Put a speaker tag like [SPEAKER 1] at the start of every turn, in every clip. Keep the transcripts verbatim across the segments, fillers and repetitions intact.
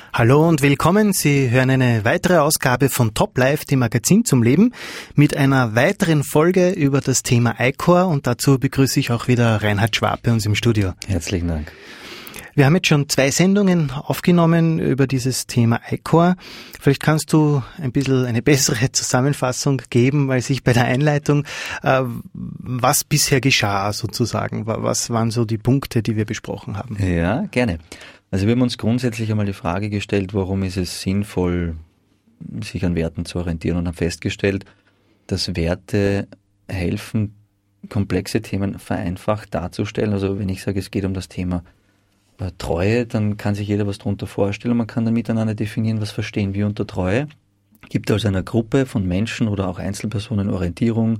[SPEAKER 1] Hallo und willkommen. Sie hören eine weitere Ausgabe von Top Life, dem Magazin zum Leben, mit einer weiteren Folge über das Thema I C O R, und dazu begrüße ich auch wieder Reinhard Schwab bei uns im Studio.
[SPEAKER 2] Herzlichen Dank.
[SPEAKER 1] Wir haben jetzt schon zwei Sendungen aufgenommen über dieses Thema I C O R. Vielleicht kannst du ein bisschen eine bessere Zusammenfassung geben, als ich bei der Einleitung, äh, was bisher geschah sozusagen. Was waren so die Punkte, die wir besprochen haben?
[SPEAKER 2] Ja, gerne. Also wir haben uns grundsätzlich einmal die Frage gestellt, warum ist es sinnvoll, sich an Werten zu orientieren, und haben festgestellt, dass Werte helfen, komplexe Themen vereinfacht darzustellen. Also wenn ich sage, es geht um das Thema äh, Treue, dann kann sich jeder was darunter vorstellen und man kann dann miteinander definieren, was verstehen wir unter Treue. Gibt also einer Gruppe von Menschen oder auch Einzelpersonen Orientierung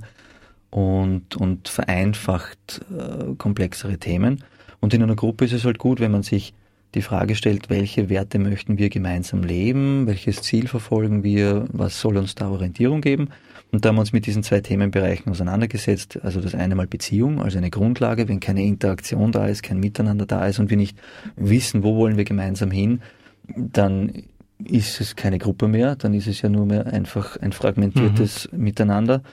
[SPEAKER 2] und, und vereinfacht äh, komplexere Themen. Und in einer Gruppe ist es halt gut, wenn man sich die Frage stellt, welche Werte möchten wir gemeinsam leben, welches Ziel verfolgen wir, was soll uns da Orientierung geben. Und da haben wir uns mit diesen zwei Themenbereichen auseinandergesetzt. Also das eine mal Beziehung, also eine Grundlage, wenn keine Interaktion da ist, kein Miteinander da ist und wir nicht wissen, wo wollen wir gemeinsam hin, dann ist es keine Gruppe mehr, dann ist es ja nur mehr einfach ein fragmentiertes mhm. Miteinander.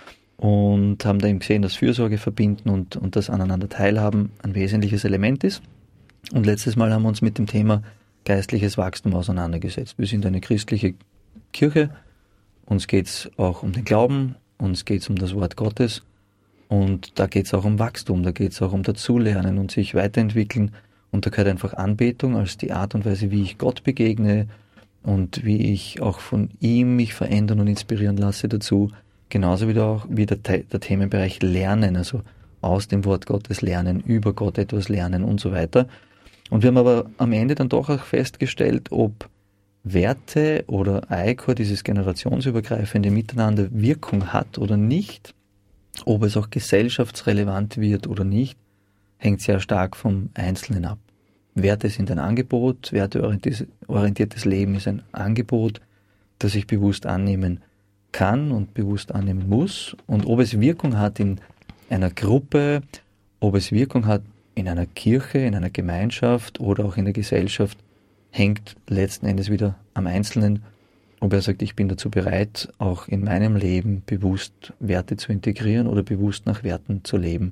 [SPEAKER 2] Und haben da eben gesehen, dass Fürsorge verbinden und, und das aneinander teilhaben ein wesentliches Element ist. Und letztes Mal haben wir uns mit dem Thema geistliches Wachstum auseinandergesetzt. Wir sind eine christliche Kirche, uns geht es auch um den Glauben, uns geht es um das Wort Gottes und da geht es auch um Wachstum, da geht es auch um Dazulernen und sich weiterentwickeln, und da gehört einfach Anbetung als die Art und Weise, wie ich Gott begegne und wie ich auch von ihm mich verändern und inspirieren lasse dazu, genauso wie auch wie der, der Themenbereich Lernen, also aus dem Wort Gottes lernen, über Gott etwas lernen und so weiter. Und wir haben aber am Ende dann doch auch festgestellt, ob Werte oder I C O R, dieses generationsübergreifende Miteinander, Wirkung hat oder nicht, ob es auch gesellschaftsrelevant wird oder nicht, hängt sehr stark vom Einzelnen ab. Werte sind ein Angebot, werteorientiertes Leben ist ein Angebot, das ich bewusst annehmen kann und bewusst annehmen muss. Und ob es Wirkung hat in einer Gruppe, ob es Wirkung hat in einer Kirche, in einer Gemeinschaft oder auch in der Gesellschaft, hängt letzten Endes wieder am Einzelnen, ob er sagt, ich bin dazu bereit, auch in meinem Leben bewusst Werte zu integrieren oder bewusst nach Werten zu leben.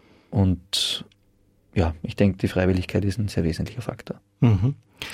[SPEAKER 2] Und ja, ich denke, die Freiwilligkeit ist ein sehr wesentlicher Faktor.
[SPEAKER 1] Mhm.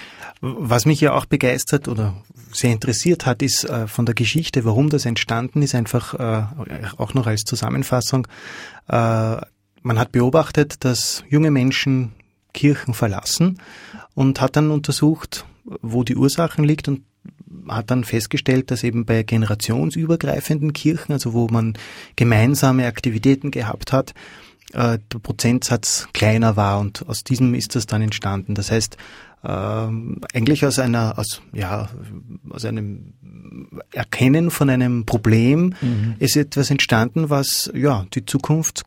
[SPEAKER 1] Was mich ja auch begeistert oder sehr interessiert hat, ist äh, von der Geschichte, warum das entstanden ist, einfach äh, auch noch als Zusammenfassung. Äh, man hat beobachtet, dass junge Menschen Kirchen verlassen und hat dann untersucht, wo die Ursachen liegt, und hat dann festgestellt, dass eben bei generationsübergreifenden Kirchen, also wo man gemeinsame Aktivitäten gehabt hat, äh, der Prozentsatz kleiner war, und aus diesem ist das dann entstanden. Das heißt, Ähm, eigentlich aus einer, aus, ja, aus einem Erkennen von einem Problem mhm. ist etwas entstanden, was, ja, die Zukunft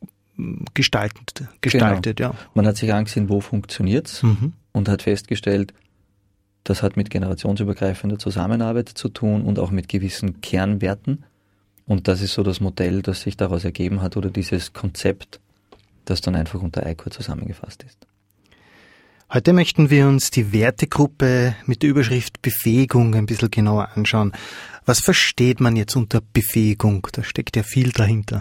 [SPEAKER 1] gestaltet, gestaltet,
[SPEAKER 2] genau.
[SPEAKER 1] ja.
[SPEAKER 2] Man hat sich angesehen, wo funktioniert's mhm. und hat festgestellt, das hat mit generationsübergreifender Zusammenarbeit zu tun und auch mit gewissen Kernwerten. Und das ist so das Modell, das sich daraus ergeben hat, oder dieses Konzept, das dann einfach unter I C O R zusammengefasst ist.
[SPEAKER 1] Heute möchten wir uns die Wertegruppe mit der Überschrift Befähigung ein bisschen genauer anschauen. Was versteht man jetzt unter Befähigung? Da steckt ja viel dahinter.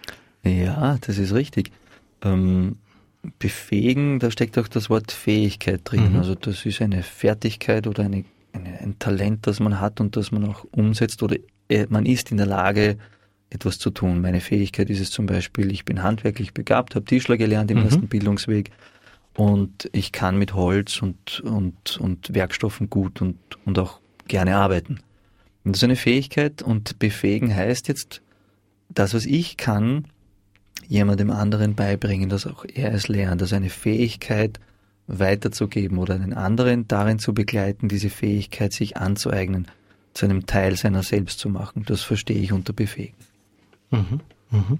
[SPEAKER 2] Ja, das ist richtig. Ähm, befähigen, da steckt auch das Wort Fähigkeit drin. Mhm. Also das ist eine Fertigkeit oder eine, eine, ein Talent, das man hat und das man auch umsetzt, oder man ist in der Lage, etwas zu tun. Meine Fähigkeit ist es zum Beispiel, ich bin handwerklich begabt, habe Tischler gelernt im mhm. ersten Bildungsweg. Und ich kann mit Holz und, und, und Werkstoffen gut und, und auch gerne arbeiten. Und das ist eine Fähigkeit, und befähigen heißt jetzt, das, was ich kann, jemandem anderen beibringen, dass auch er es lernt, also eine Fähigkeit weiterzugeben oder einen anderen darin zu begleiten, diese Fähigkeit sich anzueignen, zu einem Teil seiner selbst zu machen. Das verstehe ich unter befähigen.
[SPEAKER 1] Mhm, mhm.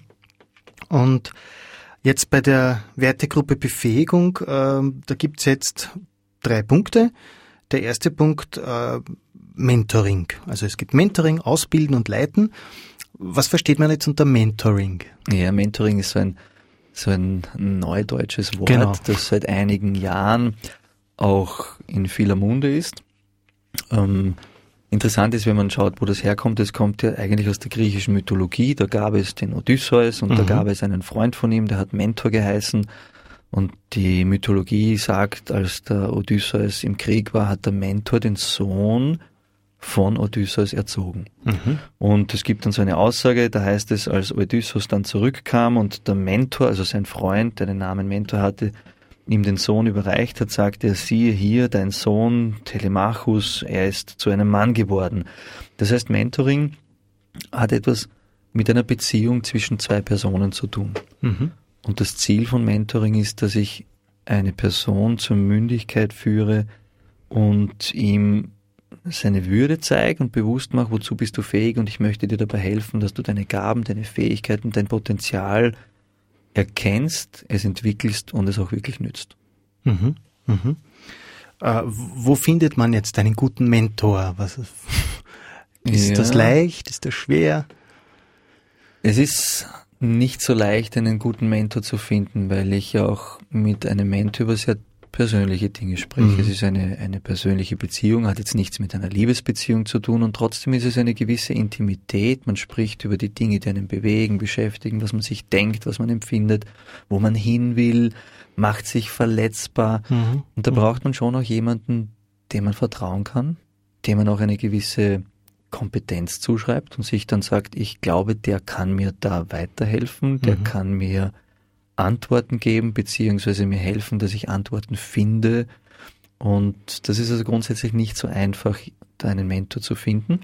[SPEAKER 1] Und jetzt bei der Wertegruppe Befähigung, äh, da gibt's jetzt drei Punkte. Der erste Punkt, äh, Mentoring. Also es gibt Mentoring, Ausbilden und Leiten. Was versteht man jetzt unter Mentoring?
[SPEAKER 2] Ja, Mentoring ist so ein, so ein neudeutsches Wort,
[SPEAKER 1] genau.
[SPEAKER 2] das seit einigen Jahren auch in vieler Munde ist. Ähm, interessant ist, wenn man schaut, wo das herkommt, es kommt ja eigentlich aus der griechischen Mythologie. Da gab es den Odysseus und mhm. da gab es einen Freund von ihm, der hat Mentor geheißen. Und die Mythologie sagt, als der Odysseus im Krieg war, hat der Mentor den Sohn von Odysseus erzogen. Mhm. Und es gibt dann so eine Aussage, da heißt es, als Odysseus dann zurückkam und der Mentor, also sein Freund, der den Namen Mentor hatte, ihm den Sohn überreicht hat, sagte er, siehe hier, dein Sohn Telemachus, er ist zu einem Mann geworden. Das heißt, Mentoring hat etwas mit einer Beziehung zwischen zwei Personen zu tun. Mhm. Und das Ziel von Mentoring ist, dass ich eine Person zur Mündigkeit führe und ihm seine Würde zeige und bewusst mache, wozu bist du fähig, und ich möchte dir dabei helfen, dass du deine Gaben, deine Fähigkeiten, dein Potenzial erkennst, es entwickelst und es auch wirklich nützt.
[SPEAKER 1] Mhm. Mhm. Äh, wo findet man jetzt einen guten Mentor? Was ist, ist ja. das leicht? Ist das schwer?
[SPEAKER 2] Es ist nicht so leicht, einen guten Mentor zu finden, weil ich ja auch mit einem Mentor über sehr persönliche Dinge spreche. Mhm. Es ist eine, eine persönliche Beziehung, hat jetzt nichts mit einer Liebesbeziehung zu tun, und trotzdem ist es eine gewisse Intimität. Man spricht über die Dinge, die einen bewegen, beschäftigen, was man sich denkt, was man empfindet, wo man hin will, macht sich verletzbar. Mhm. Und da mhm. braucht man schon auch jemanden, dem man vertrauen kann, dem man auch eine gewisse Kompetenz zuschreibt und sich dann sagt, ich glaube, der kann mir da weiterhelfen, der mhm. kann mir Antworten geben, beziehungsweise mir helfen, dass ich Antworten finde. Und das ist also grundsätzlich nicht so einfach, da einen Mentor zu finden.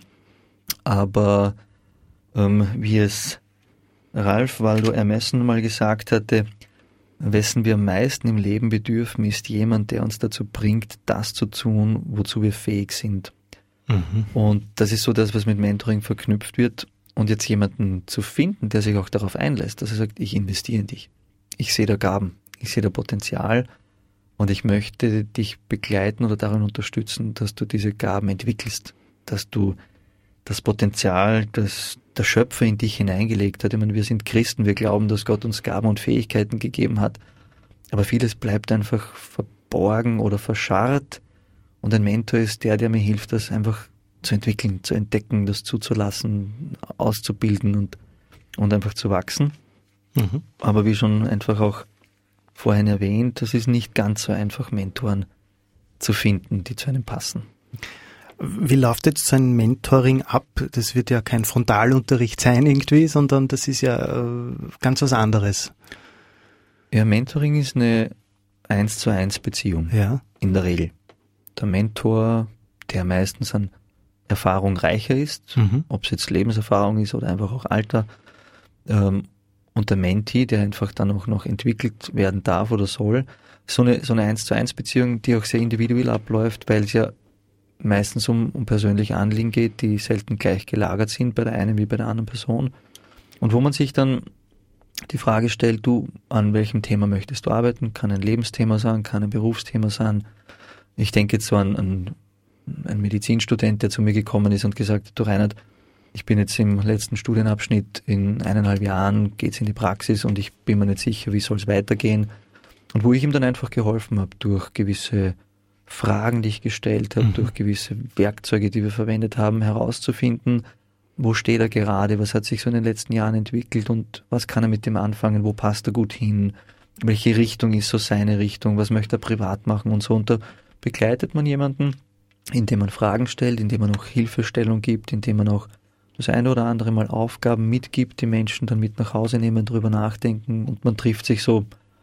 [SPEAKER 2] Aber ähm, wie es Ralph Waldo Emerson mal gesagt hatte, wessen wir am meisten im Leben bedürfen, ist jemand, der uns dazu bringt, das zu tun, wozu wir fähig sind. Mhm. Und das ist so das, was mit Mentoring verknüpft wird. Und jetzt jemanden zu finden, der sich auch darauf einlässt, dass er sagt, ich investiere in dich. Ich sehe da Gaben, ich sehe da Potenzial und ich möchte dich begleiten oder darin unterstützen, dass du diese Gaben entwickelst, dass du das Potenzial, das der Schöpfer in dich hineingelegt hat. Ich meine, wir sind Christen, wir glauben, dass Gott uns Gaben und Fähigkeiten gegeben hat, aber vieles bleibt einfach verborgen oder verscharrt, und ein Mentor ist der, der mir hilft, das einfach zu entwickeln, zu entdecken, das zuzulassen, auszubilden und, und einfach zu wachsen. Mhm. Aber wie schon einfach auch vorhin erwähnt, das ist nicht ganz so einfach, Mentoren zu finden, die zu einem passen.
[SPEAKER 1] Wie läuft jetzt so ein Mentoring ab? Das wird ja kein Frontalunterricht sein irgendwie, sondern das ist ja äh, ganz was anderes.
[SPEAKER 2] Ja, Mentoring ist eine eins zu eins Beziehung, ja, in der Regel. Der Mentor, der meistens an Erfahrung reicher ist, mhm. ob es jetzt Lebenserfahrung ist oder einfach auch Alter, ähm, und der Mentee, der einfach dann auch noch entwickelt werden darf oder soll. So eine, so eine eins zu eins Beziehung, die auch sehr individuell abläuft, weil es ja meistens um, um persönliche Anliegen geht, die selten gleich gelagert sind bei der einen wie bei der anderen Person. Und wo man sich dann die Frage stellt, du, an welchem Thema möchtest du arbeiten? Kann ein Lebensthema sein, kann ein Berufsthema sein. Ich denke jetzt so an, an einen Medizinstudent, der zu mir gekommen ist und gesagt hat, du Reinhard, ich bin jetzt im letzten Studienabschnitt, in eineinhalb Jahren geht's in die Praxis und ich bin mir nicht sicher, wie soll es weitergehen. Und wo ich ihm dann einfach geholfen habe, durch gewisse Fragen, die ich gestellt habe, mhm. durch gewisse Werkzeuge, die wir verwendet haben, herauszufinden, wo steht er gerade, was hat sich so in den letzten Jahren entwickelt und was kann er mit dem anfangen, wo passt er gut hin, welche Richtung ist so seine Richtung, was möchte er privat machen und so. Und da begleitet man jemanden, indem man Fragen stellt, indem man auch Hilfestellung gibt, indem man auch das eine oder andere Mal Aufgaben mitgibt, die Menschen dann mit nach Hause nehmen, drüber nachdenken, und man trifft sich so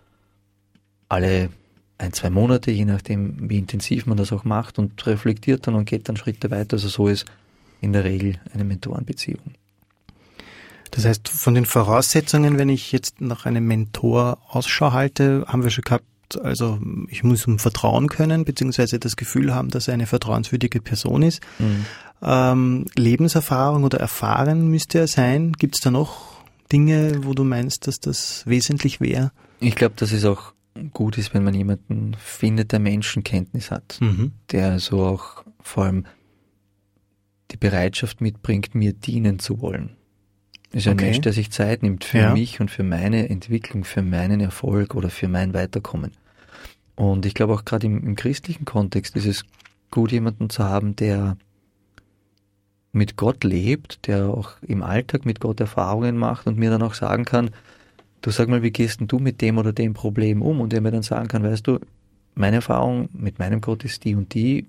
[SPEAKER 2] alle ein, zwei Monate, je nachdem, wie intensiv man das auch macht, und reflektiert dann und geht dann Schritte weiter. Also so ist in der Regel eine Mentorenbeziehung.
[SPEAKER 1] Das heißt, von den Voraussetzungen, wenn ich jetzt nach einem Mentor Ausschau halte, haben wir schon gehabt, also ich muss ihm vertrauen können, beziehungsweise das Gefühl haben, dass er eine vertrauenswürdige Person ist. Mhm. Ähm, Lebenserfahrung oder erfahren müsste er sein. Gibt es da noch Dinge, wo du meinst, dass das wesentlich wäre?
[SPEAKER 2] Ich glaube, dass es auch gut ist, wenn man jemanden findet, der Menschenkenntnis hat, mhm. der also auch vor allem die Bereitschaft mitbringt, mir dienen zu wollen. Das ist ein okay. Mensch, der sich Zeit nimmt für ja. mich und für meine Entwicklung, für meinen Erfolg oder für mein Weiterkommen. Und ich glaube auch gerade im, im christlichen Kontext ist es gut, jemanden zu haben, der mit Gott lebt, der auch im Alltag mit Gott Erfahrungen macht und mir dann auch sagen kann, du sag mal, wie gehst denn du mit dem oder dem Problem um? Und der mir dann sagen kann, weißt du, meine Erfahrung mit meinem Gott ist die und die.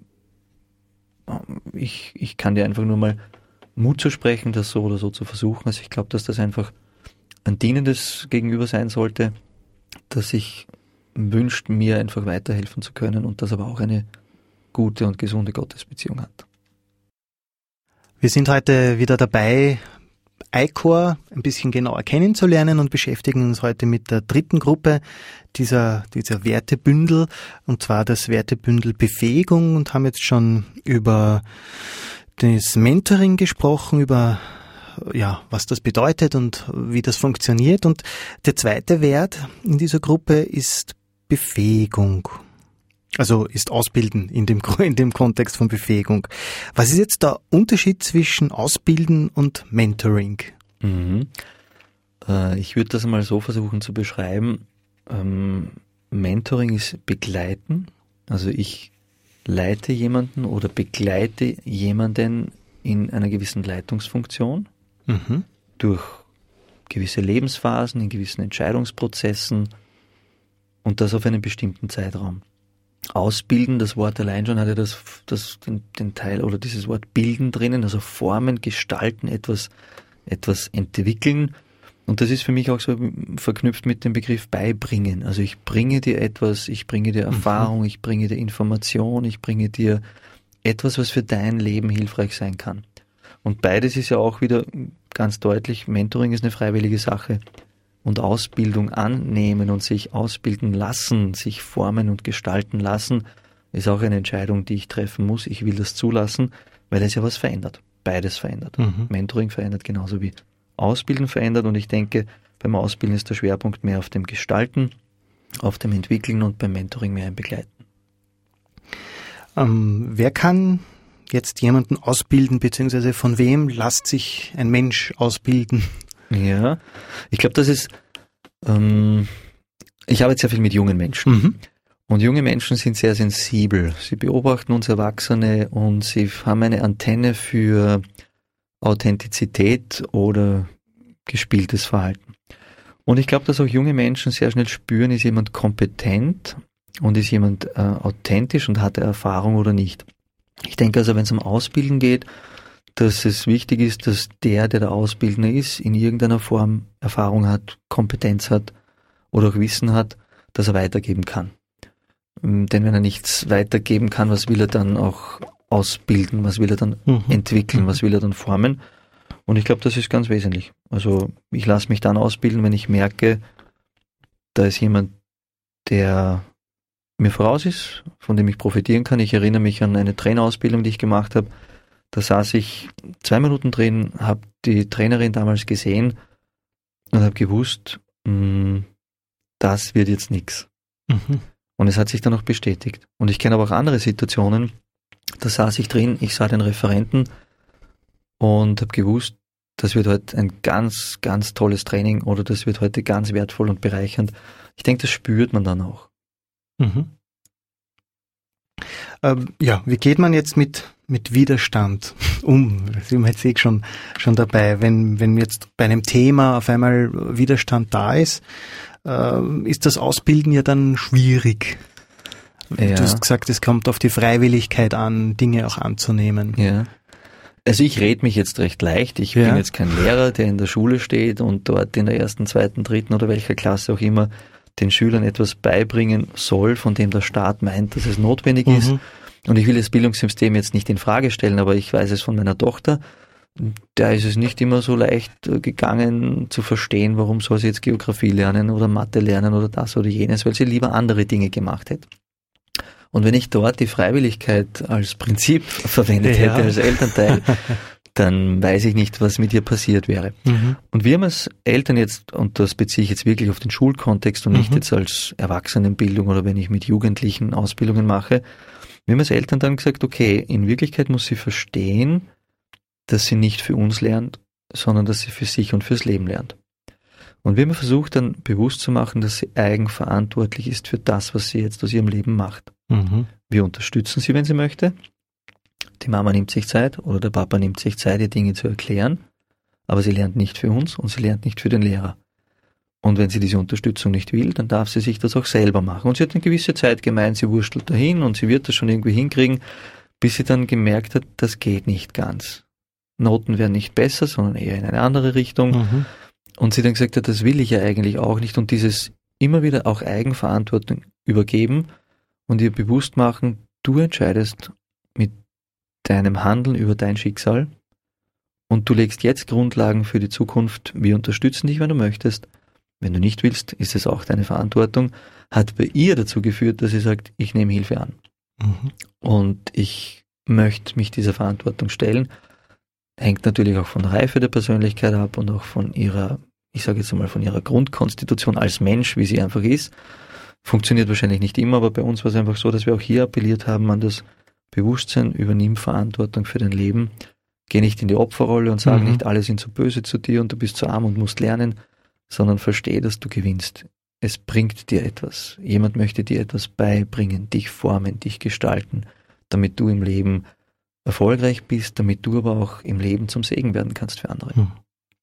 [SPEAKER 2] Ich, ich kann dir einfach nur mal Mut zu sprechen, das so oder so zu versuchen. Also ich glaube, dass das einfach ein dienendes Gegenüber sein sollte, das sich wünscht, mir einfach weiterhelfen zu können und das aber auch eine gute und gesunde Gottesbeziehung hat.
[SPEAKER 1] Wir sind heute wieder dabei, I C O R ein bisschen genauer kennenzulernen und beschäftigen uns heute mit der dritten Gruppe dieser, dieser Wertebündel, und zwar das Wertebündel Befähigung, und haben jetzt schon über das Mentoring gesprochen, über ja, was das bedeutet und wie das funktioniert. Und der zweite Wert in dieser Gruppe ist Befähigung. Also ist Ausbilden in dem, in dem Kontext von Befähigung. Was ist jetzt der Unterschied zwischen Ausbilden und Mentoring?
[SPEAKER 2] Mhm. Äh, ich würde das mal so versuchen zu beschreiben. Ähm, Mentoring ist begleiten. Also ich leite jemanden oder begleite jemanden in einer gewissen Leitungsfunktion mhm. durch gewisse Lebensphasen, in gewissen Entscheidungsprozessen und das auf einen bestimmten Zeitraum. Ausbilden, das Wort allein schon hat ja das, das, den, den Teil oder dieses Wort bilden drinnen, also formen, gestalten, etwas, etwas entwickeln. Und das ist für mich auch so verknüpft mit dem Begriff beibringen. Also ich bringe dir etwas, ich bringe dir Erfahrung, mhm. ich bringe dir Information, ich bringe dir etwas, was für dein Leben hilfreich sein kann. Und beides ist ja auch wieder ganz deutlich, Mentoring ist eine freiwillige Sache. Und Ausbildung annehmen und sich ausbilden lassen, sich formen und gestalten lassen, ist auch eine Entscheidung, die ich treffen muss. Ich will das zulassen, weil es ja was verändert. Beides verändert. Mhm. Mentoring verändert genauso wie Ausbilden verändert. Und ich denke, beim Ausbilden ist der Schwerpunkt mehr auf dem Gestalten, auf dem Entwickeln und beim Mentoring mehr im Begleiten.
[SPEAKER 1] Ähm, wer kann jetzt jemanden ausbilden, beziehungsweise von wem lässt sich ein Mensch ausbilden?
[SPEAKER 2] Ja, ich glaube, das ist, ähm, ich arbeite sehr viel mit jungen Menschen mhm. und junge Menschen sind sehr sensibel. Sie beobachten uns Erwachsene und sie haben eine Antenne für Authentizität oder gespieltes Verhalten. Und ich glaube, dass auch junge Menschen sehr schnell spüren, ist jemand kompetent und ist jemand äh, authentisch und hat er Erfahrung oder nicht. Ich denke also, wenn es um Ausbilden geht, dass es wichtig ist, dass der, der der Ausbildner ist, in irgendeiner Form Erfahrung hat, Kompetenz hat oder auch Wissen hat, dass er weitergeben kann. Denn wenn er nichts weitergeben kann, was will er dann auch ausbilden, was will er dann mhm. entwickeln, was will er dann formen? Und ich glaube, das ist ganz wesentlich. Also ich lasse mich dann ausbilden, wenn ich merke, da ist jemand, der mir voraus ist, von dem ich profitieren kann. Ich erinnere mich an eine Trainerausbildung, die ich gemacht habe. Da saß ich zwei Minuten drin, habe die Trainerin damals gesehen und habe gewusst, mh, das wird jetzt nichts. Mhm. Und es hat sich dann auch bestätigt. Und ich kenne aber auch andere Situationen, da saß ich drin, ich sah den Referenten und habe gewusst, das wird heute ein ganz, ganz tolles Training oder das wird heute ganz wertvoll und bereichernd. Ich denke, das spürt man dann auch.
[SPEAKER 1] Mhm. Ähm, ja, wie geht man jetzt mit, mit Widerstand um? Da sind wir jetzt eh schon, schon dabei. Wenn, wenn jetzt bei einem Thema auf einmal Widerstand da ist, äh, ist das Ausbilden ja dann schwierig. Ja. Du hast gesagt, es kommt auf die Freiwilligkeit an, Dinge auch anzunehmen.
[SPEAKER 2] Ja. Also ich rede mich jetzt recht leicht. Ich ja. bin jetzt kein Lehrer, der in der Schule steht und dort in der ersten, zweiten, dritten oder welcher Klasse auch immer den Schülern etwas beibringen soll, von dem der Staat meint, dass es notwendig mhm. ist. Und ich will das Bildungssystem jetzt nicht in Frage stellen, aber ich weiß es von meiner Tochter, da ist es nicht immer so leicht gegangen zu verstehen, warum soll sie jetzt Geografie lernen oder Mathe lernen oder das oder jenes, weil sie lieber andere Dinge gemacht hätte. Und wenn ich dort die Freiwilligkeit als Prinzip verwendet ja. hätte, als Elternteil, dann weiß ich nicht, was mit ihr passiert wäre. Mhm. Und wir haben als Eltern jetzt, und das beziehe ich jetzt wirklich auf den Schulkontext und mhm. nicht jetzt als Erwachsenenbildung oder wenn ich mit Jugendlichen Ausbildungen mache, wir haben als Eltern dann gesagt, okay, in Wirklichkeit muss sie verstehen, dass sie nicht für uns lernt, sondern dass sie für sich und fürs Leben lernt. Und wir haben versucht dann bewusst zu machen, dass sie eigenverantwortlich ist für das, was sie jetzt aus ihrem Leben macht. Mhm. Wir unterstützen sie, wenn sie möchte. Die Mama nimmt sich Zeit oder der Papa nimmt sich Zeit, ihr Dinge zu erklären, aber sie lernt nicht für uns und sie lernt nicht für den Lehrer. Und wenn sie diese Unterstützung nicht will, dann darf sie sich das auch selber machen. Und sie hat eine gewisse Zeit gemeint, sie wurstelt dahin und sie wird das schon irgendwie hinkriegen, bis sie dann gemerkt hat, das geht nicht ganz. Noten werden nicht besser, sondern eher in eine andere Richtung. Mhm. Und sie dann gesagt hat, das will ich ja eigentlich auch nicht. Und dieses immer wieder auch Eigenverantwortung übergeben und ihr bewusst machen, du entscheidest mit deinem Handeln über dein Schicksal und du legst jetzt Grundlagen für die Zukunft. Wir unterstützen dich, wenn du möchtest. Wenn du nicht willst, ist es auch deine Verantwortung. Hat bei ihr dazu geführt, dass sie sagt, ich nehme Hilfe an. Mhm. Und ich möchte mich dieser Verantwortung stellen. Hängt natürlich auch von der Reife der Persönlichkeit ab und auch von ihrer, ich sage jetzt einmal, von ihrer Grundkonstitution als Mensch, wie sie einfach ist. Funktioniert wahrscheinlich nicht immer, aber bei uns war es einfach so, dass wir auch hier appelliert haben an das Bewusstsein, übernimm Verantwortung für dein Leben. Geh nicht in die Opferrolle und sag mhm. nicht, alle sind so böse zu dir und du bist zu arm und musst lernen, sondern versteh, dass du gewinnst. Es bringt dir etwas. Jemand möchte dir etwas beibringen, dich formen, dich gestalten, damit du im Leben erfolgreich bist, damit du aber auch im Leben zum Segen werden kannst für andere. Hm.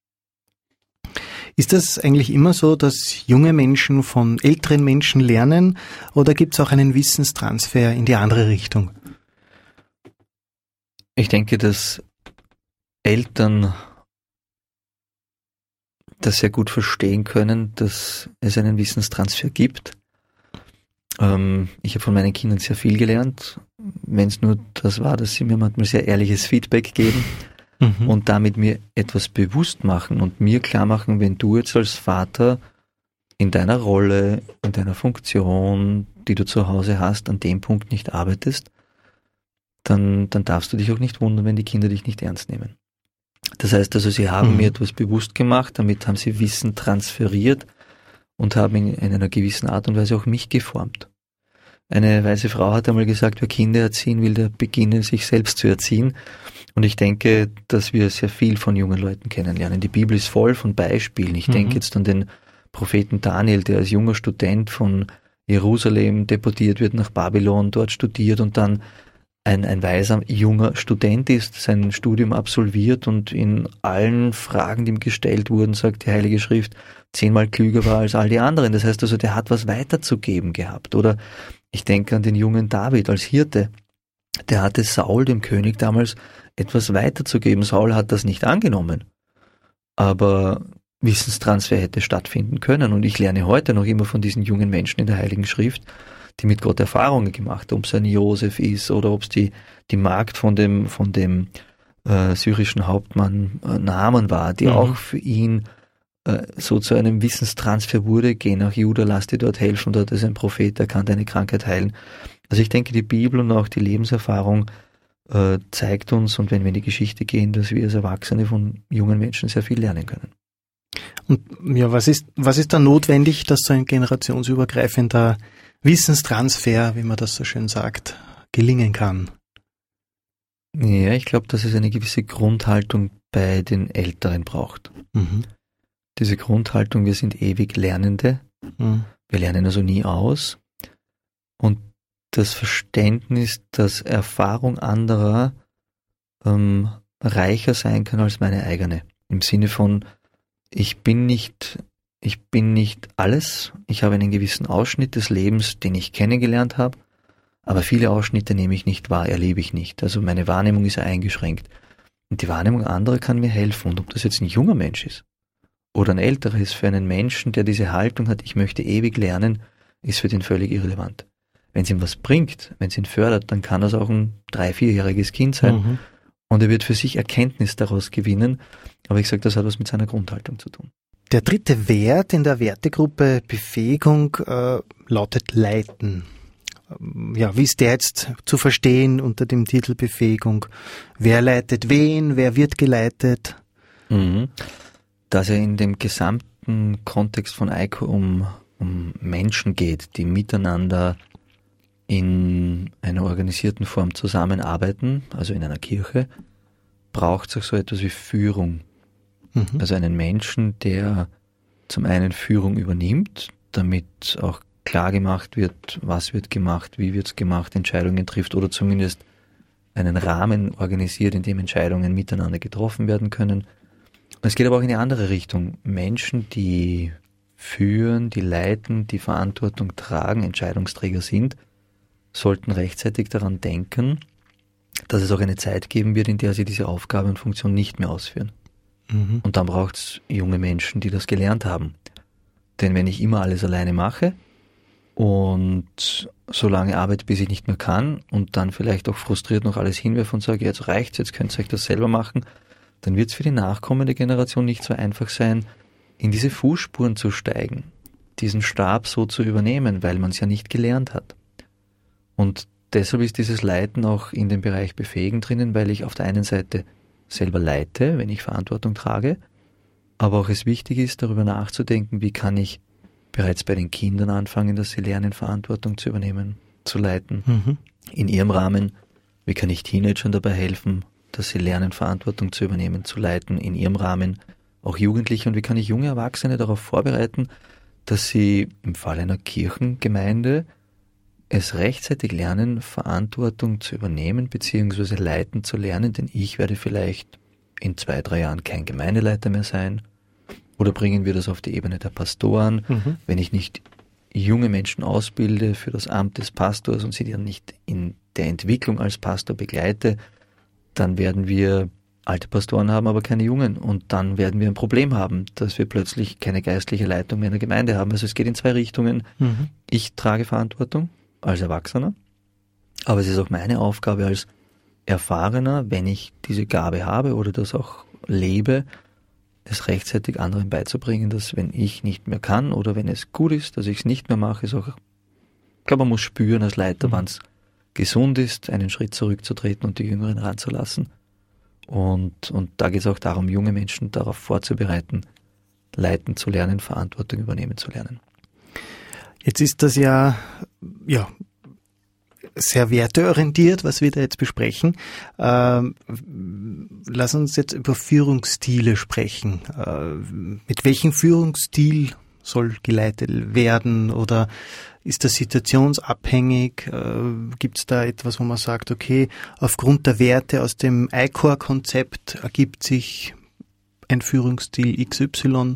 [SPEAKER 1] Ist das eigentlich immer so, dass junge Menschen von älteren Menschen lernen oder gibt es auch einen Wissenstransfer in die andere Richtung?
[SPEAKER 2] Ich denke, dass Eltern das sehr gut verstehen können, dass es einen Wissenstransfer gibt. Ähm, ich habe von meinen Kindern sehr viel gelernt, wenn es nur das war, dass sie mir manchmal sehr ehrliches Feedback geben mhm. und damit mir etwas bewusst machen und mir klar machen, wenn du jetzt als Vater in deiner Rolle, in deiner Funktion, die du zu Hause hast, an dem Punkt nicht arbeitest, dann, dann darfst du dich auch nicht wundern, wenn die Kinder dich nicht ernst nehmen. Das heißt also, sie haben mhm. mir etwas bewusst gemacht, damit haben sie Wissen transferiert und haben in, in einer gewissen Art und Weise auch mich geformt. Eine weise Frau hat einmal gesagt, wer Kinder erziehen will, der beginne sich selbst zu erziehen. Und ich denke, dass wir sehr viel von jungen Leuten kennenlernen. Die Bibel ist voll von Beispielen. Ich mhm. denke jetzt an den Propheten Daniel, der als junger Student von Jerusalem deportiert wird nach Babylon, dort studiert und dann ein, ein weiser junger Student ist, sein Studium absolviert und in allen Fragen, die ihm gestellt wurden, sagt die Heilige Schrift, zehnmal klüger war als all die anderen. Das heißt also, der hat was weiterzugeben gehabt. Oder ich denke an den jungen David als Hirte. Der hatte Saul, dem König damals, etwas weiterzugeben. Saul hat das nicht angenommen. Aber Wissenstransfer hätte stattfinden können. Und ich lerne heute noch immer von diesen jungen Menschen in der Heiligen Schrift, die mit Gott Erfahrungen gemacht haben, ob es ein Josef ist oder ob es die, die Magd von dem, von dem äh, syrischen Hauptmann äh, Naaman war, die mhm. auch für ihn äh, so zu einem Wissenstransfer wurde, geh nach Juda, lass dir dort helfen, dort ist ein Prophet, der kann deine Krankheit heilen. Also ich denke, die Bibel und auch die Lebenserfahrung äh, zeigt uns, und wenn wir in die Geschichte gehen, dass wir als Erwachsene von jungen Menschen sehr viel lernen können.
[SPEAKER 1] Und ja, was ist, was ist da notwendig, dass so ein generationsübergreifender Wissenstransfer, wie man das so schön sagt, gelingen kann?
[SPEAKER 2] Ja, ich glaube, dass es eine gewisse Grundhaltung bei den Älteren braucht. Mhm. Diese Grundhaltung, wir sind ewig Lernende, mhm. wir lernen also nie aus. Und das Verständnis, dass Erfahrung anderer ähm, reicher sein kann als meine eigene. Im Sinne von, ich bin nicht... Ich bin nicht alles, ich habe einen gewissen Ausschnitt des Lebens, den ich kennengelernt habe, aber viele Ausschnitte nehme ich nicht wahr, erlebe ich nicht. Also meine Wahrnehmung ist eingeschränkt. Und die Wahrnehmung anderer kann mir helfen. Und ob das jetzt ein junger Mensch ist oder ein älterer ist, für einen Menschen, der diese Haltung hat, ich möchte ewig lernen, ist für den völlig irrelevant. Wenn es ihm was bringt, wenn es ihn fördert, dann kann das auch ein drei-, vierjähriges Kind sein. Mhm. Und er wird für sich Erkenntnis daraus gewinnen. Aber ich sage, das hat was mit seiner Grundhaltung zu tun.
[SPEAKER 1] Der dritte Wert in der Wertegruppe Befähigung äh, lautet Leiten. Ja, wie ist der jetzt zu verstehen unter dem Titel Befähigung? Wer leitet wen? Wer wird geleitet?
[SPEAKER 2] Mhm. Da es ja in dem gesamten Kontext von Eiko um, um Menschen geht, die miteinander in einer organisierten Form zusammenarbeiten, also in einer Kirche, braucht es auch so etwas wie Führung. Mhm. Also einen Menschen, der zum einen Führung übernimmt, damit auch klar gemacht wird, was wird gemacht, wie wird es gemacht, Entscheidungen trifft oder zumindest einen Rahmen organisiert, in dem Entscheidungen miteinander getroffen werden können. Es geht aber auch in die andere Richtung. Menschen, die führen, die leiten, die Verantwortung tragen, Entscheidungsträger sind, sollten rechtzeitig daran denken, dass es auch eine Zeit geben wird, in der sie diese Aufgabe und Funktion nicht mehr ausführen. Mhm. Und dann braucht es junge Menschen, die das gelernt haben. Denn wenn ich immer alles alleine mache und so lange arbeite, bis ich nicht mehr kann und dann vielleicht auch frustriert noch alles hinwerfe und sage, jetzt reicht's, jetzt könnt ihr euch das selber machen, dann wird es für die nachkommende Generation nicht so einfach sein, in diese Fußspuren zu steigen, diesen Stab so zu übernehmen, weil man es ja nicht gelernt hat. Und deshalb ist dieses Leiten auch in dem Bereich Befähigen drinnen, weil ich auf der einen Seite selber leite, wenn ich Verantwortung trage, aber auch es wichtig ist, darüber nachzudenken, wie kann ich bereits bei den Kindern anfangen, dass sie lernen, Verantwortung zu übernehmen, zu leiten, mhm. in ihrem Rahmen. Wie kann ich Teenagern dabei helfen, dass sie lernen, Verantwortung zu übernehmen, zu leiten, in ihrem Rahmen, auch Jugendliche. Und wie kann ich junge Erwachsene darauf vorbereiten, dass sie im Fall einer Kirchengemeinde es rechtzeitig lernen, Verantwortung zu übernehmen, beziehungsweise leiten zu lernen, denn ich werde vielleicht in zwei, drei Jahren kein Gemeindeleiter mehr sein. Oder bringen wir das auf die Ebene der Pastoren, mhm. wenn ich nicht junge Menschen ausbilde für das Amt des Pastors und sie dann nicht in der Entwicklung als Pastor begleite, dann werden wir alte Pastoren haben, aber keine Jungen. Und dann werden wir ein Problem haben, dass wir plötzlich keine geistliche Leitung mehr in der Gemeinde haben. Also es geht in zwei Richtungen. Mhm. Ich trage Verantwortung als Erwachsener, aber es ist auch meine Aufgabe als Erfahrener, wenn ich diese Gabe habe oder das auch lebe, es rechtzeitig anderen beizubringen, dass wenn ich nicht mehr kann oder wenn es gut ist, dass ich es nicht mehr mache, ist auch, ich glaube, man muss spüren als Leiter, mhm. wann es gesund ist, einen Schritt zurückzutreten und die Jüngeren ranzulassen. Und, und da geht es auch darum, junge Menschen darauf vorzubereiten, leiten zu lernen, Verantwortung übernehmen zu lernen.
[SPEAKER 1] Jetzt ist das ja, ja, sehr werteorientiert, was wir da jetzt besprechen. Ähm, lass uns jetzt über Führungsstile sprechen. Äh, mit welchem Führungsstil soll geleitet werden oder ist das situationsabhängig? Äh, gibt es da etwas, wo man sagt, okay, aufgrund der Werte aus dem I C O R-Konzept ergibt sich ein Führungsstil X Y?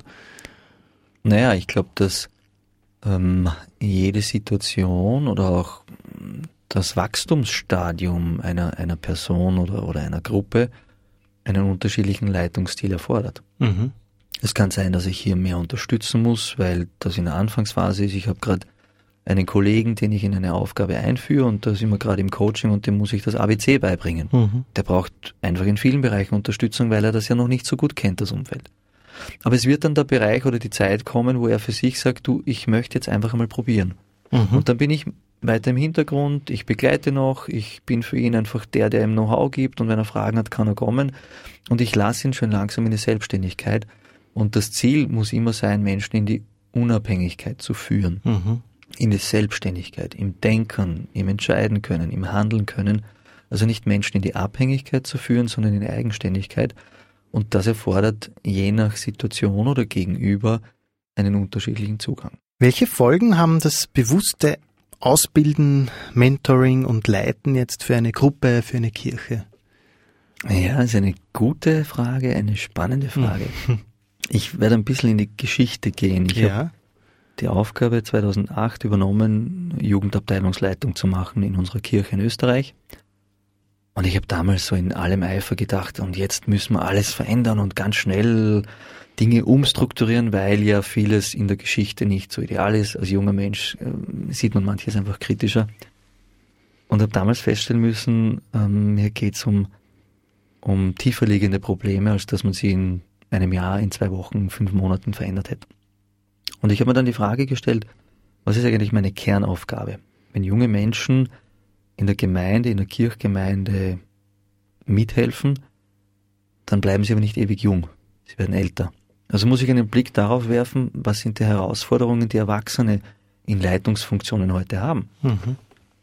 [SPEAKER 2] Naja, ich glaube, dass ähm, jede Situation oder auch das Wachstumsstadium einer, einer Person oder, oder einer Gruppe einen unterschiedlichen Leitungsstil erfordert. Mhm. Es kann sein, dass ich hier mehr unterstützen muss, weil das in der Anfangsphase ist. Ich habe gerade einen Kollegen, den ich in eine Aufgabe einführe und da sind wir gerade im Coaching und dem muss ich das A B C beibringen. Mhm. Der braucht einfach in vielen Bereichen Unterstützung, weil er das ja noch nicht so gut kennt, das Umfeld. Aber es wird dann der Bereich oder die Zeit kommen, wo er für sich sagt, du, ich möchte jetzt einfach einmal probieren. Mhm. Und dann bin ich weiter im Hintergrund, ich begleite noch, ich bin für ihn einfach der, der ihm Know-how gibt und wenn er Fragen hat, kann er kommen und ich lasse ihn schon langsam in die Selbstständigkeit und das Ziel muss immer sein, Menschen in die Unabhängigkeit zu führen, mhm. in die Selbstständigkeit, im Denken, im Entscheiden können, im Handeln können, also nicht Menschen in die Abhängigkeit zu führen, sondern in die Eigenständigkeit und das erfordert je nach Situation oder Gegenüber einen unterschiedlichen Zugang.
[SPEAKER 1] Welche Folgen haben das bewusste Ausbilden, Mentoring und Leiten jetzt für eine Gruppe, für eine Kirche?
[SPEAKER 2] Ja, das ist eine gute Frage, eine spannende Frage. Mhm. Ich werde ein bisschen in die Geschichte gehen. Ich ja. habe die Aufgabe zweitausendacht übernommen, Jugendabteilungsleitung zu machen in unserer Kirche in Österreich. Und ich habe damals so in allem Eifer gedacht, und jetzt müssen wir alles verändern und ganz schnell Dinge umstrukturieren, weil ja vieles in der Geschichte nicht so ideal ist. Als junger Mensch äh, sieht man manches einfach kritischer. Und habe damals feststellen müssen, ähm, hier geht es um, um tiefer liegende Probleme, als dass man sie in einem Jahr, in zwei Wochen, fünf Monaten verändert hätte. Und ich habe mir dann die Frage gestellt, was ist eigentlich meine Kernaufgabe? Wenn junge Menschen in der Gemeinde, in der Kirchgemeinde mithelfen, dann bleiben sie aber nicht ewig jung. Sie werden älter. Also muss ich einen Blick darauf werfen, was sind die Herausforderungen, die Erwachsene in Leitungsfunktionen heute haben. Mhm.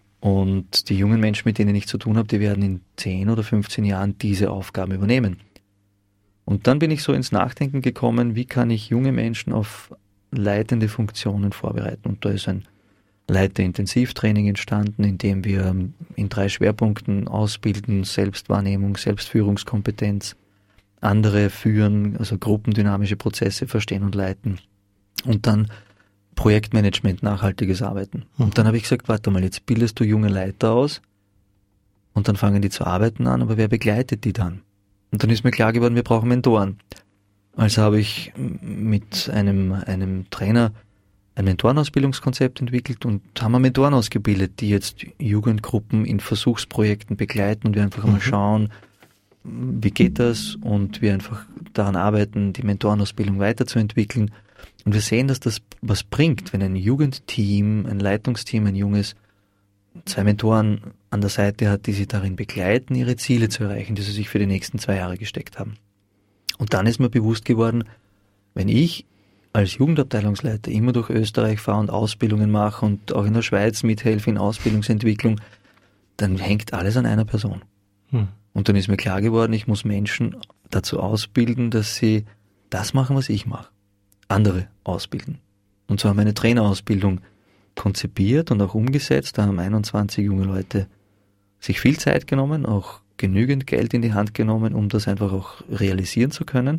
[SPEAKER 2] Und die jungen Menschen, mit denen ich zu tun habe, die werden in zehn oder fünfzehn Jahren diese Aufgaben übernehmen. Und dann bin ich so ins Nachdenken gekommen, wie kann ich junge Menschen auf leitende Funktionen vorbereiten. Und da ist ein Leiterintensivtraining entstanden, in dem wir in drei Schwerpunkten ausbilden: Selbstwahrnehmung, Selbstführungskompetenz, andere führen, also gruppendynamische Prozesse verstehen und leiten, und dann Projektmanagement, nachhaltiges Arbeiten. Mhm. Und dann habe ich gesagt, warte mal, jetzt bildest du junge Leiter aus und dann fangen die zu arbeiten an, aber wer begleitet die dann? Und dann ist mir klar geworden, wir brauchen Mentoren. Also habe ich mit einem, einem Trainer ein Mentorenausbildungskonzept entwickelt und haben Mentoren ausgebildet, die jetzt Jugendgruppen in Versuchsprojekten begleiten und wir einfach mhm. mal schauen, wie geht das, und wir einfach daran arbeiten, die Mentorenausbildung weiterzuentwickeln. Und wir sehen, dass das was bringt, wenn ein Jugendteam, ein Leitungsteam, ein junges, zwei Mentoren an der Seite hat, die sie darin begleiten, ihre Ziele zu erreichen, die sie sich für die nächsten zwei Jahre gesteckt haben. Und dann ist mir bewusst geworden, wenn ich als Jugendabteilungsleiter immer durch Österreich fahre und Ausbildungen mache und auch in der Schweiz mithelfe in Ausbildungsentwicklung, dann hängt alles an einer Person. Hm. Und dann ist mir klar geworden, ich muss Menschen dazu ausbilden, dass sie das machen, was ich mache. Andere ausbilden. Und so haben wir eine Trainerausbildung konzipiert und auch umgesetzt. Da haben einundzwanzig junge Leute sich viel Zeit genommen, auch genügend Geld in die Hand genommen, um das einfach auch realisieren zu können.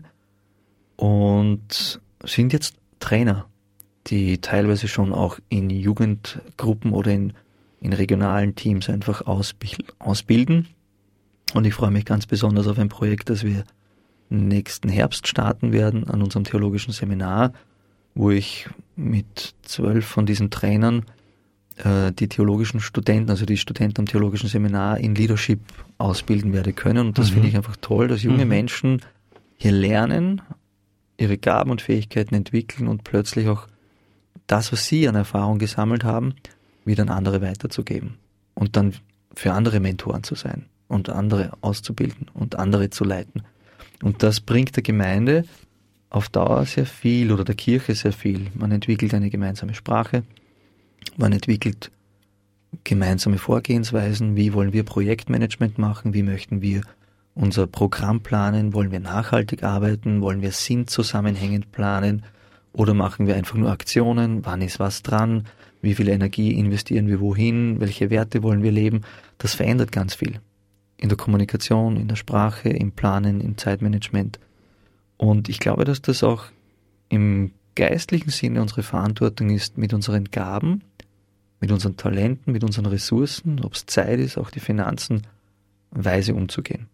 [SPEAKER 2] Und sind jetzt Trainer, die teilweise schon auch in Jugendgruppen oder in, in regionalen Teams einfach ausbilden. Und ich freue mich ganz besonders auf ein Projekt, das wir nächsten Herbst starten werden an unserem theologischen Seminar, wo ich mit zwölf von diesen Trainern äh, die theologischen Studenten, also die Studenten am theologischen Seminar in Leadership ausbilden werde können. Und das mhm. finde ich einfach toll, dass junge mhm. Menschen hier lernen, ihre Gaben und Fähigkeiten entwickeln und plötzlich auch das, was sie an Erfahrung gesammelt haben, wieder an andere weiterzugeben und dann für andere Mentoren zu sein und andere auszubilden und andere zu leiten. Und das bringt der Gemeinde auf Dauer sehr viel oder der Kirche sehr viel. Man entwickelt eine gemeinsame Sprache, man entwickelt gemeinsame Vorgehensweisen, wie wollen wir Projektmanagement machen, wie möchten wir unser Programm planen, wollen wir nachhaltig arbeiten, wollen wir sinnzusammenhängend planen oder machen wir einfach nur Aktionen, wann ist was dran, wie viel Energie investieren wir wohin, welche Werte wollen wir leben. Das verändert ganz viel. In der Kommunikation, in der Sprache, im Planen, im Zeitmanagement. Und ich glaube, dass das auch im geistlichen Sinne unsere Verantwortung ist, mit unseren Gaben, mit unseren Talenten, mit unseren Ressourcen, ob es Zeit ist, auch die Finanzen, weise umzugehen.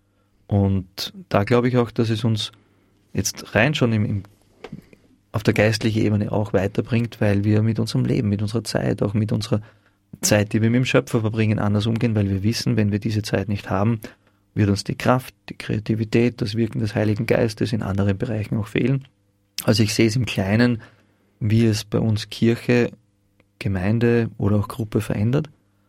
[SPEAKER 2] Und da glaube ich auch, dass es uns jetzt rein schon im, im, auf der geistlichen Ebene auch weiterbringt, weil wir mit unserem Leben, mit unserer Zeit, auch mit unserer Zeit, die wir mit dem Schöpfer verbringen, anders umgehen, weil wir wissen, wenn wir diese Zeit nicht haben, wird uns die Kraft, die Kreativität, das Wirken des Heiligen Geistes in anderen Bereichen auch fehlen. Also ich sehe es im Kleinen, wie es bei uns Kirche, Gemeinde oder auch Gruppe verändert,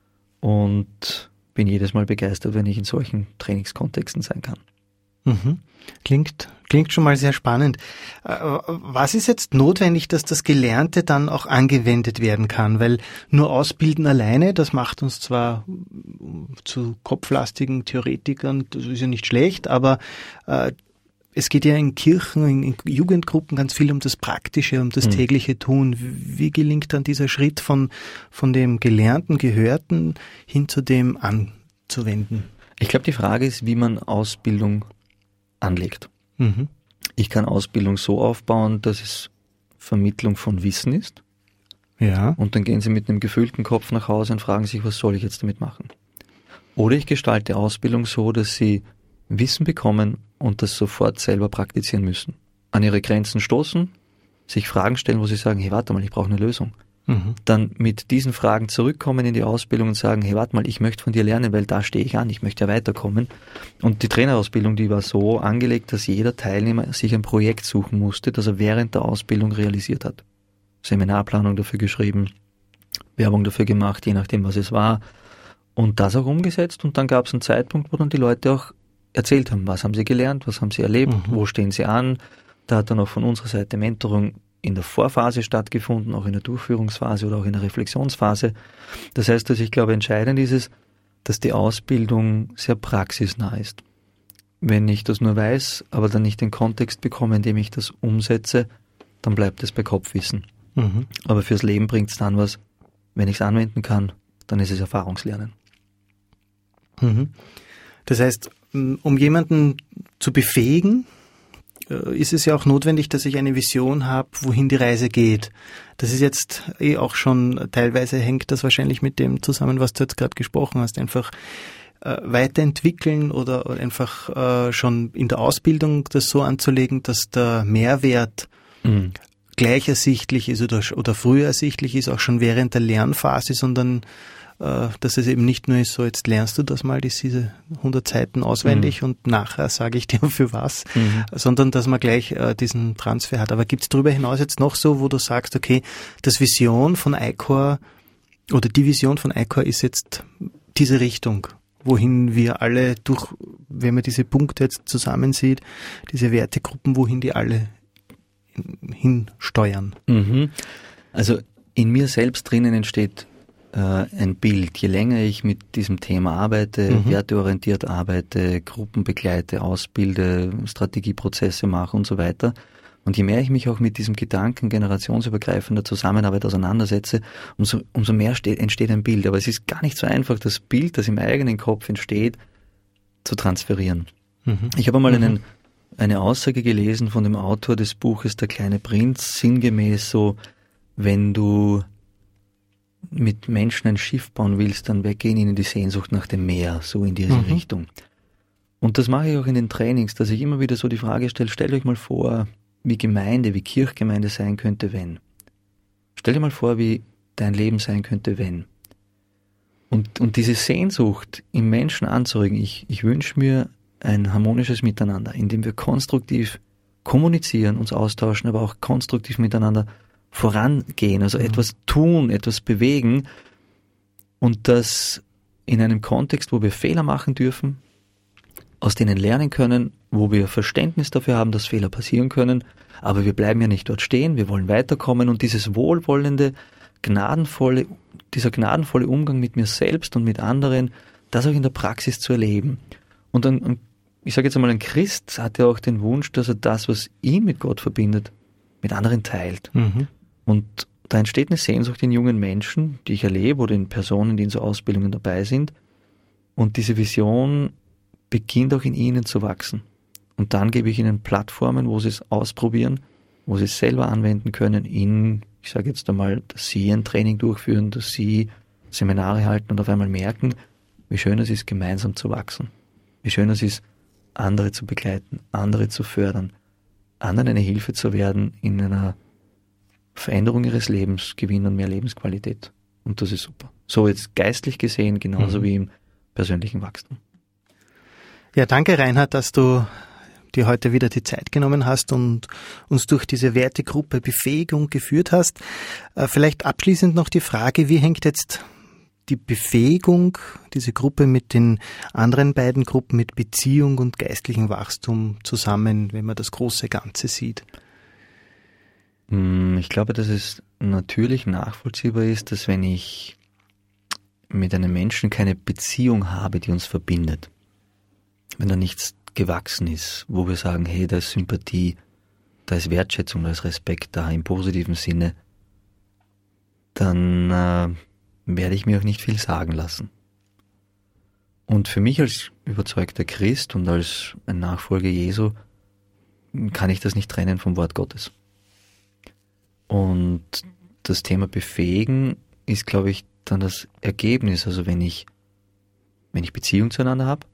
[SPEAKER 2] und bin jedes Mal begeistert, wenn ich in solchen Trainingskontexten sein kann.
[SPEAKER 1] Mhm. Klingt, klingt schon mal sehr spannend. Was ist jetzt notwendig, dass das Gelernte dann auch angewendet werden kann? Weil nur Ausbilden alleine, das macht uns zwar zu kopflastigen Theoretikern, das ist ja nicht schlecht, aber äh, es geht ja in Kirchen, in, in Jugendgruppen ganz viel um das Praktische, um das mhm. tägliche Tun. Wie gelingt dann dieser Schritt von, von dem Gelernten, Gehörten hin zu dem anzuwenden?
[SPEAKER 2] Ich glaube, die Frage ist, wie man Ausbildung anlegt. Mhm. Ich kann Ausbildung so aufbauen, dass es Vermittlung von Wissen ist.
[SPEAKER 1] Ja.
[SPEAKER 2] Und dann gehen Sie mit einem gefüllten Kopf nach Hause und fragen sich, was soll ich jetzt damit machen? Oder ich gestalte Ausbildung so, dass Sie Wissen bekommen und das sofort selber praktizieren müssen. An ihre Grenzen stoßen, sich Fragen stellen, wo sie sagen, hey, warte mal, ich brauche eine Lösung. Mhm. Dann mit diesen Fragen zurückkommen in die Ausbildung und sagen, hey, warte mal, ich möchte von dir lernen, weil da stehe ich an, ich möchte ja weiterkommen. Und die Trainerausbildung, die war so angelegt, dass jeder Teilnehmer sich ein Projekt suchen musste, das er während der Ausbildung realisiert hat. Seminarplanung dafür geschrieben, Werbung dafür gemacht, je nachdem, was es war. Und das auch umgesetzt. Und dann gab es einen Zeitpunkt, wo dann die Leute auch erzählt haben, was haben sie gelernt, was haben sie erlebt, mhm. wo stehen sie an. Da hat dann auch von unserer Seite Mentoring in der Vorphase stattgefunden, auch in der Durchführungsphase oder auch in der Reflexionsphase. Das heißt, dass ich glaube, entscheidend ist es, dass die Ausbildung sehr praxisnah ist. wenn ich das nur weiß, aber dann nicht den Kontext bekomme, in dem ich das umsetze, dann bleibt es bei Kopfwissen. Mhm. Aber fürs Leben bringt es dann was, wenn ich es anwenden kann, dann ist es Erfahrungslernen.
[SPEAKER 1] Mhm. Das heißt, um jemanden zu befähigen, ist es ja auch notwendig, dass ich eine Vision habe, wohin die Reise geht. Das ist jetzt eh auch schon, teilweise hängt das wahrscheinlich mit dem zusammen, was du jetzt gerade gesprochen hast, einfach äh, weiterentwickeln oder, oder einfach äh, schon in der Ausbildung das so anzulegen, dass der Mehrwert mhm. gleich ersichtlich ist oder, oder früher ersichtlich ist, auch schon während der Lernphase, sondern dass es eben nicht nur ist, so jetzt lernst du das mal, diese hundert Seiten auswendig mhm. und nachher sage ich dir für was, mhm. sondern dass man gleich äh, diesen Transfer hat. Aber gibt es darüber hinaus jetzt noch so, wo du sagst, okay, das Vision von I C O R oder die Vision von I C O R ist jetzt diese Richtung, wohin wir alle durch, wenn man diese Punkte jetzt zusammensieht, diese Wertegruppen, wohin die alle hinsteuern?
[SPEAKER 2] Mhm. Also in mir selbst drinnen entsteht ein Bild. Je länger ich mit diesem Thema arbeite, mhm. werteorientiert arbeite, Gruppen begleite, ausbilde, Strategieprozesse mache und so weiter, und je mehr ich mich auch mit diesem Gedanken generationsübergreifender Zusammenarbeit auseinandersetze, umso, umso mehr steht, entsteht ein Bild. Aber es ist gar nicht so einfach, das Bild, das im eigenen Kopf entsteht, zu transferieren. Mhm. Ich habe einmal mhm. einen, eine Aussage gelesen von dem Autor des Buches Der kleine Prinz, sinngemäß so, wenn du mit Menschen ein Schiff bauen willst, dann weggehen ihnen die Sehnsucht nach dem Meer, so in diese mhm. Richtung. Und das mache ich auch in den Trainings, dass ich immer wieder so die Frage stelle, stellt euch mal vor, wie Gemeinde, wie Kirchgemeinde sein könnte, wenn. Stell dir mal vor, wie dein Leben sein könnte, wenn. Und, und diese Sehnsucht im Menschen anzuregen, ich, ich wünsche mir ein harmonisches Miteinander, in dem wir konstruktiv kommunizieren, uns austauschen, aber auch konstruktiv miteinander vorangehen, also mhm. etwas tun, etwas bewegen, und das in einem Kontext, wo wir Fehler machen dürfen, aus denen lernen können, wo wir Verständnis dafür haben, dass Fehler passieren können, aber wir bleiben ja nicht dort stehen, wir wollen weiterkommen, und dieses wohlwollende, gnadenvolle, dieser gnadenvolle Umgang mit mir selbst und mit anderen, das auch in der Praxis zu erleben. Und ein, ich sage jetzt einmal, ein Christ hat ja auch den Wunsch, dass er das, was ihn mit Gott verbindet, mit anderen teilt. Mhm. Und da entsteht eine Sehnsucht in jungen Menschen, die ich erlebe, oder in Personen, die in so Ausbildungen dabei sind. Und diese Vision beginnt auch in ihnen zu wachsen. Und dann gebe ich ihnen Plattformen, wo sie es ausprobieren, wo sie es selber anwenden können, in, ich sage jetzt einmal, dass sie ein Training durchführen, dass sie Seminare halten und auf einmal merken, wie schön es ist, gemeinsam zu wachsen. Wie schön es ist, andere zu begleiten, andere zu fördern, anderen eine Hilfe zu werden in einer Veränderung ihres Lebens, Gewinn und mehr Lebensqualität. Und das ist super. So jetzt geistlich gesehen, genauso mhm. wie im persönlichen Wachstum.
[SPEAKER 1] Ja, danke Reinhard, dass du dir heute wieder die Zeit genommen hast und uns durch diese Wertegruppe Befähigung geführt hast. Vielleicht abschließend noch die Frage, wie hängt jetzt die Befähigung, diese Gruppe mit den anderen beiden Gruppen, mit Beziehung und geistlichem Wachstum zusammen, wenn man das große Ganze sieht?
[SPEAKER 2] Ich glaube, dass es natürlich nachvollziehbar ist, dass wenn ich mit einem Menschen keine Beziehung habe, die uns verbindet, wenn da nichts gewachsen ist, wo wir sagen, hey, da ist Sympathie, da ist Wertschätzung, da ist Respekt da im positiven Sinne, dann äh, werde ich mir auch nicht viel sagen lassen. Und für mich als überzeugter Christ und als ein Nachfolger Jesu kann ich das nicht trennen vom Wort Gottes. Und das Thema Befähigen ist, glaube ich, dann das Ergebnis. Also wenn ich, wenn ich Beziehung zueinander habe,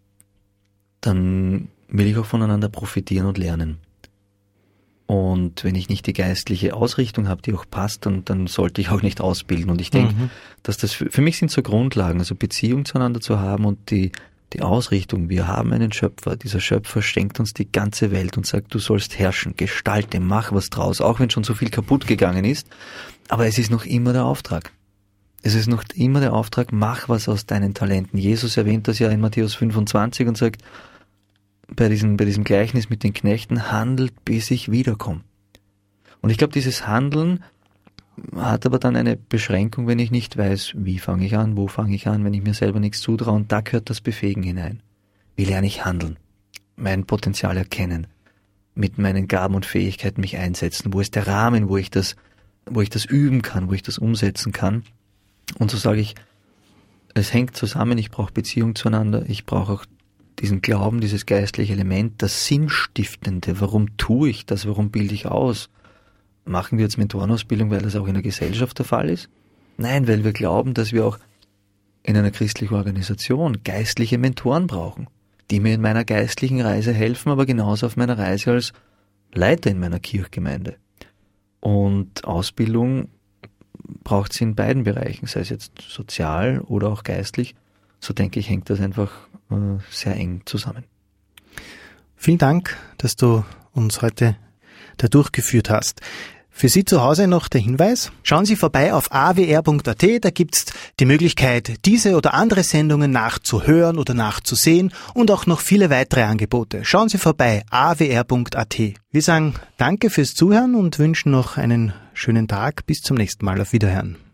[SPEAKER 2] dann will ich auch voneinander profitieren und lernen. Und wenn ich nicht die geistliche Ausrichtung habe, die auch passt, dann, dann sollte ich auch nicht ausbilden. Und ich denke, mhm. dass das für, für mich sind so Grundlagen, also Beziehung zueinander zu haben und die, die Ausrichtung. Wir haben einen Schöpfer. Dieser Schöpfer schenkt uns die ganze Welt und sagt, du sollst herrschen, gestalte, mach was draus, auch wenn schon so viel kaputt gegangen ist. Aber es ist noch immer der Auftrag. Es ist noch immer der Auftrag, mach was aus deinen Talenten. Jesus erwähnt das ja in Matthäus fünfundzwanzig und sagt, bei diesem, bei diesem Gleichnis mit den Knechten, handelt, bis ich wiederkomme. Und ich glaube, dieses Handeln hat aber dann eine Beschränkung, wenn ich nicht weiß, wie fange ich an, wo fange ich an, wenn ich mir selber nichts zutraue. Und da gehört das Befähigen hinein. Wie lerne ich handeln? mein Potenzial erkennen, mit meinen Gaben und Fähigkeiten mich einsetzen? Wo ist der Rahmen, wo ich das, wo ich das üben kann, wo ich das umsetzen kann? Und so sage ich, es hängt zusammen, ich brauche Beziehung zueinander, ich brauche auch diesen Glauben, dieses geistliche Element, das Sinnstiftende. Warum tue ich das? Warum bilde ich aus? Machen wir jetzt Mentorenausbildung, weil das auch in der Gesellschaft der Fall ist? Nein, weil wir glauben, dass wir auch in einer christlichen Organisation geistliche Mentoren brauchen, die mir in meiner geistlichen Reise helfen, aber genauso auf meiner Reise als Leiter in meiner Kirchgemeinde. Und Ausbildung braucht es in beiden Bereichen, sei es jetzt sozial oder auch geistlich. So denke ich, hängt das einfach äh, sehr eng zusammen.
[SPEAKER 1] Vielen Dank, dass du uns heute da durchgeführt hast. Für Sie zu Hause noch der Hinweis. Schauen Sie vorbei auf a w r punkt a t, da gibt's die Möglichkeit, diese oder andere Sendungen nachzuhören oder nachzusehen und auch noch viele weitere Angebote. Schauen Sie vorbei, a w r punkt a t. Wir sagen danke fürs Zuhören und wünschen noch einen schönen Tag. Bis zum nächsten Mal. Auf Wiederhören.